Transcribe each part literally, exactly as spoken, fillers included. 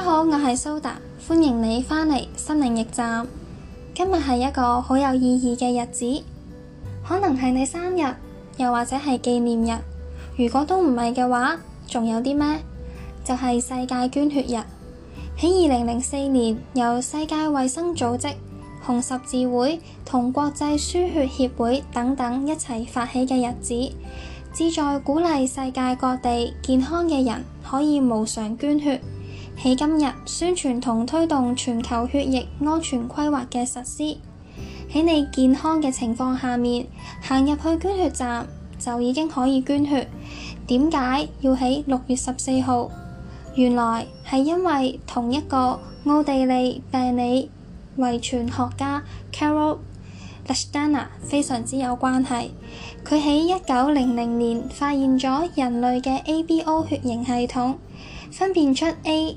好，我係蘇達，歡迎你返嚟心靈驛站。今日係一個好有意義嘅日子，可能係你生日，又或者係紀念日。如果都唔係嘅話，仲有啲咩？就係世界捐血日。喺二零零四年，由世界衛生組織、紅十字會同國際輸血協會等等一齊發起嘅日子，旨在鼓勵世界各地健康嘅人可以無償捐血。喺今日宣傳同推動全球血液安全規劃嘅實施。喺你健康嘅情況下面，行入去捐血站就已經可以捐血。點解要喺六月十四號？原來係因為同一個奧地利病理遺傳學家 Carol Landsteiner 非常之有關係。佢喺一九零零年發現咗人類嘅 A B O 血型系統，分辨出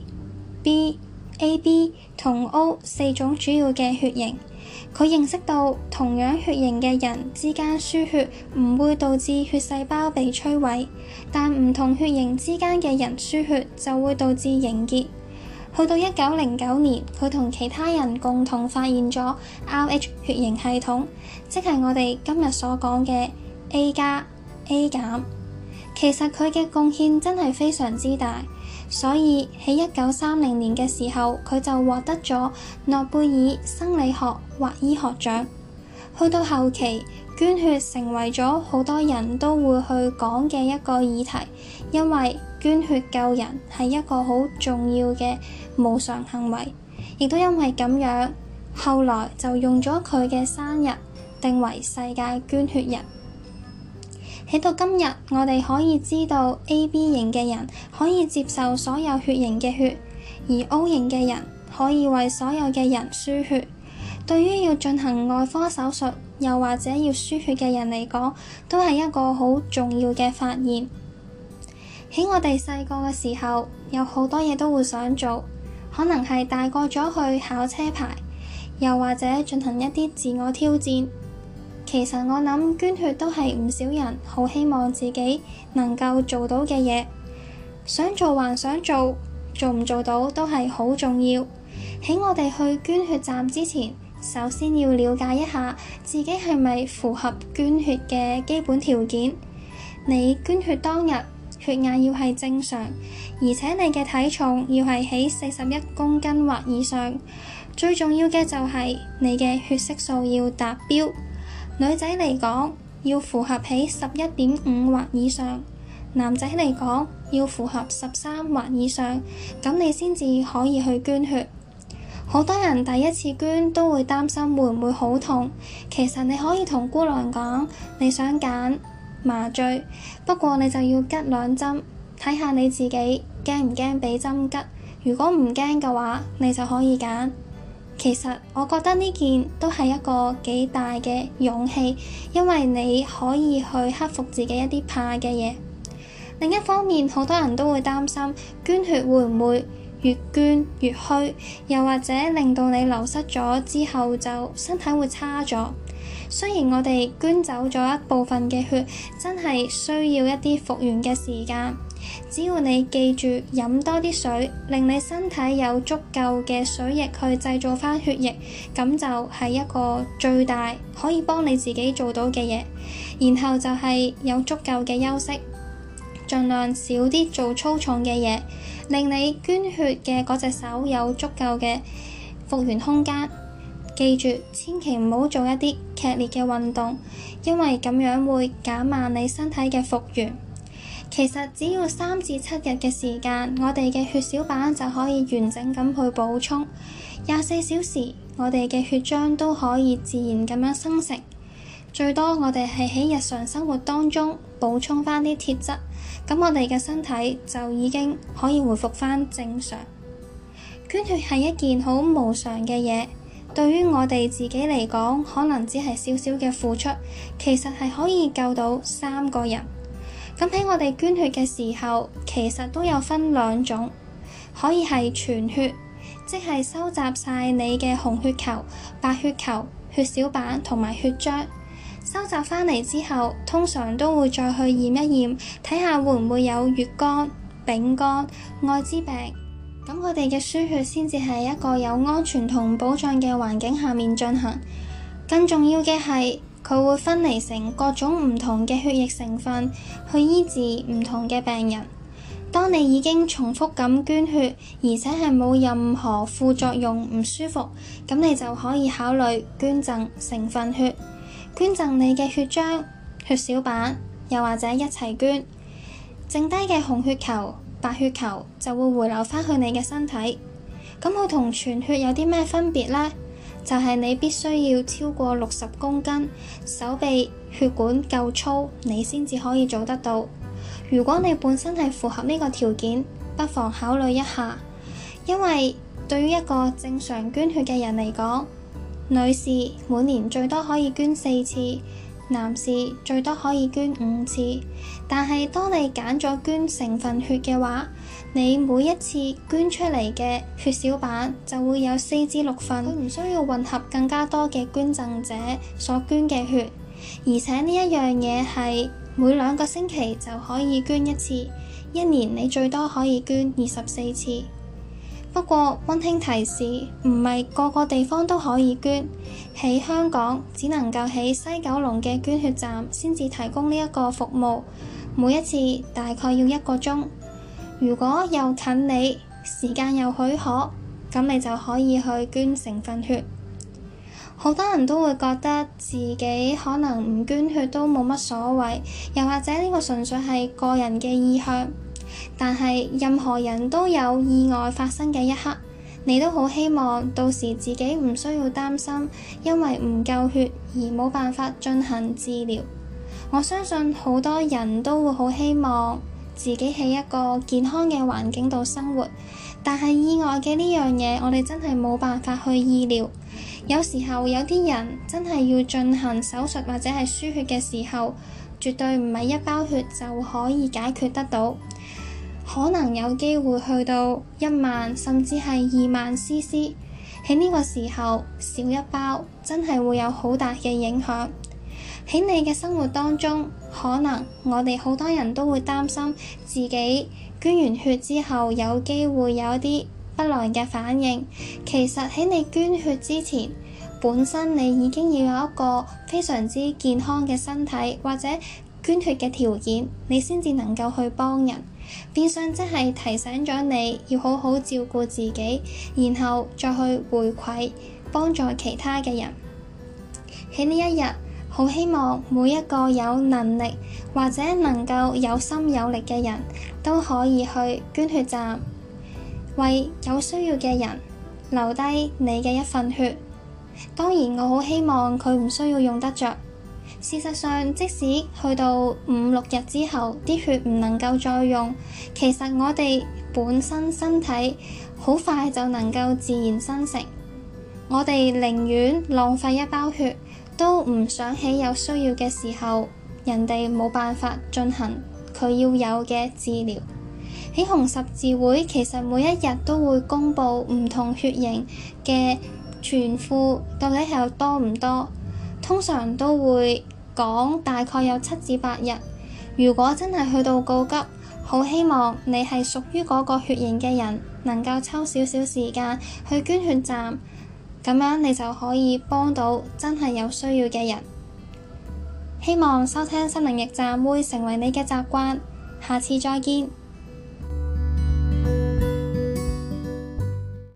A、B、A B 同 O 四種主要嘅血型。佢認識到同樣血型嘅人之間輸血唔會導致血細胞被摧毀，但唔同血型之間嘅人輸血就會導致凝結。去到一九零九年，佢同其他人共同發現咗 R H 血型系統，即係我哋今日所講嘅 A 加 A 減。其實佢嘅貢獻真係非常之大，所以喺一九三零年嘅時候，佢就獲得咗諾貝爾生理學或醫學獎。去到後期，捐血成為咗好多人都會去講嘅一個議題，因為捐血救人係一個好重要嘅無償行為，亦都因為咁樣，後來就用咗佢嘅生日定為世界捐血日。喺到今日，我哋可以知道 A B 型嘅人可以接受所有血型嘅血，而 O 型嘅人可以為所有嘅人輸血。對於要進行外科手術又或者要輸血嘅人嚟講，都係一個好重要嘅發現。喺我哋細個嘅時候，有好多嘢都會想做，可能係大個咗去考車牌，又或者進行一啲自我挑戰。其實我諗捐血都係唔少人好希望自己能夠做到嘅嘢，想做還想做，做唔做到都係好重要。喺我哋去捐血站之前，首先要了解一下自己係咪符合捐血嘅基本條件。你捐血當日血壓要係正常，而且你嘅體重要係喺四十一公斤或以上。最重要嘅就係你嘅血色素要達標。女仔嚟講要符合喺十一點五或以上，男仔嚟講要符合十三或以上，咁你先至可以去捐血。好多人第一次捐都會擔心會唔會好痛，其實你可以同姑娘講你想揀麻醉，不過你就要拮兩針，睇下你自己驚唔驚俾針拮。如果唔驚嘅話，你就可以揀。其實我覺得呢件都係一個幾大嘅勇氣，因為你可以去克服自己一啲怕嘅嘢。另一方面，好多人都會擔心捐血會唔會越捐越虛，又或者令到你流失咗之後就身體會差咗。雖然我哋捐走咗一部分嘅血，真係需要一啲復原嘅時間。只要你記住飲多啲水，令你身體有足夠嘅水液去製造返血液，咁就係一個最大可以幫你自己做到嘅嘢。然後就係有足夠嘅休息，盡量少啲做粗重嘅嘢，令你捐血嘅嗰隻手有足夠嘅復原空間。記住，千祈唔好做一啲劇烈嘅運動，因為咁樣會減慢你身體嘅復原。其實只要三至七日嘅時間，我哋嘅血小板就可以完整咁去補充。廿四小時，我哋嘅血漿都可以自然咁樣生成。最多我哋係喺日常生活當中補充翻啲鐵質，咁我哋嘅身體就已經可以回復翻正常。捐血係一件好無常嘅嘢，對於我哋自己嚟講，可能只係少少嘅付出，其實係可以救到三個人。咁喺我哋捐血嘅時候，其實都有分兩種，可以係全血，即係收集晒你嘅紅血球、白血球、血小板同埋血漿。收集返嚟之後，通常都會再去驗一驗，睇下會唔會有乙肝、丙肝、愛滋病、 咁佢哋嘅輸血先至係一個有安全同保障嘅環境下面進行。更重要嘅係，佢會分離成各種唔同嘅血液成分去醫治唔同嘅病人。當你已經重複咁捐血，而且係冇任何副作用唔舒服，咁你就可以考慮捐贈成分血，捐贈你嘅血漿、血小板，又或者一齊捐。剩低嘅紅血球、白血球就會回流返去你嘅身體。咁佢同傳血有啲咩分別呢？就係你必須要超過六十公斤，手臂血管夠粗，你先至可以做得到。如果你本身係符合呢個條件，不妨考慮一下。因為對於一個正常捐血嘅人嚟講，女士每年最多可以捐四次，男士最多可以捐五次。但係當你揀咗捐成分血嘅話，你每一次捐出嚟嘅血小板就會有四至六份，佢唔需要混合更加多嘅捐贈者所捐嘅血，而且呢一樣嘢係每兩個星期就可以捐一次，一年你最多可以捐二十四次。不過溫馨提示，唔係個個地方都可以捐，喺香港只能夠喺西九龍嘅捐血站先至提供呢一個服務，每一次大概要一個鐘。如果又近你，時間又許可，咁你就可以去捐成分血。好多人都會覺得自己可能唔捐血都冇乜所謂，又或者呢個純粹係個人嘅意向。但係任何人都有意外發生嘅一刻，你都好希望到時自己唔需要擔心，因為唔夠血而冇辦法進行治療。我相信好多人都會好希望自己喺一個健康嘅環境度生活，但係意外嘅呢樣嘢，我哋真係冇辦法去意料。有時候有啲人真係要進行手術或者係輸血嘅時候，絕對唔係一包血就可以解決得到，可能有機會去到一萬甚至係二萬 C C。 喺呢個時候少一包真係會有好大嘅影響。喺你嘅生活當中，可能我哋好多人都會擔心自己捐完血之後有機會有一啲不良嘅反應。其實喺你捐血之前，本身你已經要有一個非常之健康嘅身體，或者捐血嘅條件，你先至能夠去幫人。變相即係提醒咗你要好好照顧自己，然後再去回饋幫助其他嘅人。喺呢一日，好希望每一個有能力或者能夠有心有力嘅人都可以去捐血站，為有需要嘅人留低你嘅一份血。當然我好希望佢唔需要用得着。事實上，即使去到五六日之後啲血唔能夠再用，其實我哋本身身體好快就能夠自然生成。我哋寧願浪費一包血，都唔想喺有需要嘅時候人哋冇辦法進行佢要有嘅治療。喺紅十字會，其實每一日都會公布唔同血型嘅存庫到底係有多唔多，通常都會講大概有七至八日。如果真係去到告急，好希望你係屬於嗰個血型嘅人，能夠抽少少時間去捐血站，咁樣你就可以幫到真係有需要嘅人。希望收聽心靈驛站會成為你嘅習慣，下次再見。